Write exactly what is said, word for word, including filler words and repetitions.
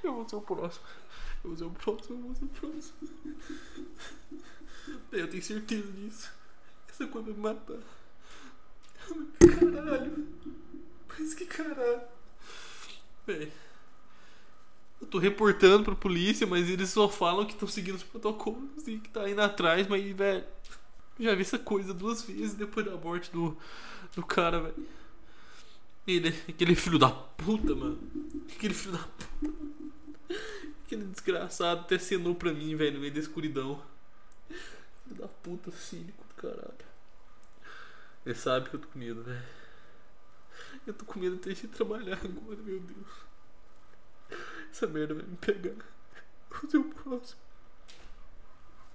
Eu vou ser o próximo. Eu vou ser o próximo, eu vou ser o próximo. Eu tenho certeza disso. Essa coisa vai me matar. Caralho. Mas que caralho. Véi. Eu tô reportando pra polícia, mas eles só falam que estão seguindo os protocolos e que tá indo atrás, mas, velho. Já vi essa coisa duas vezes depois da morte do, do cara, velho. Ele, aquele filho da puta, mano. Aquele filho da puta. Aquele desgraçado até acenou pra mim, velho, no meio da escuridão. Filho da puta, cínico do caralho. Ele sabe que eu tô com medo, velho. Eu tô com medo até de trabalhar agora, meu Deus. Essa merda vai me pegar. Eu vou ser o próximo.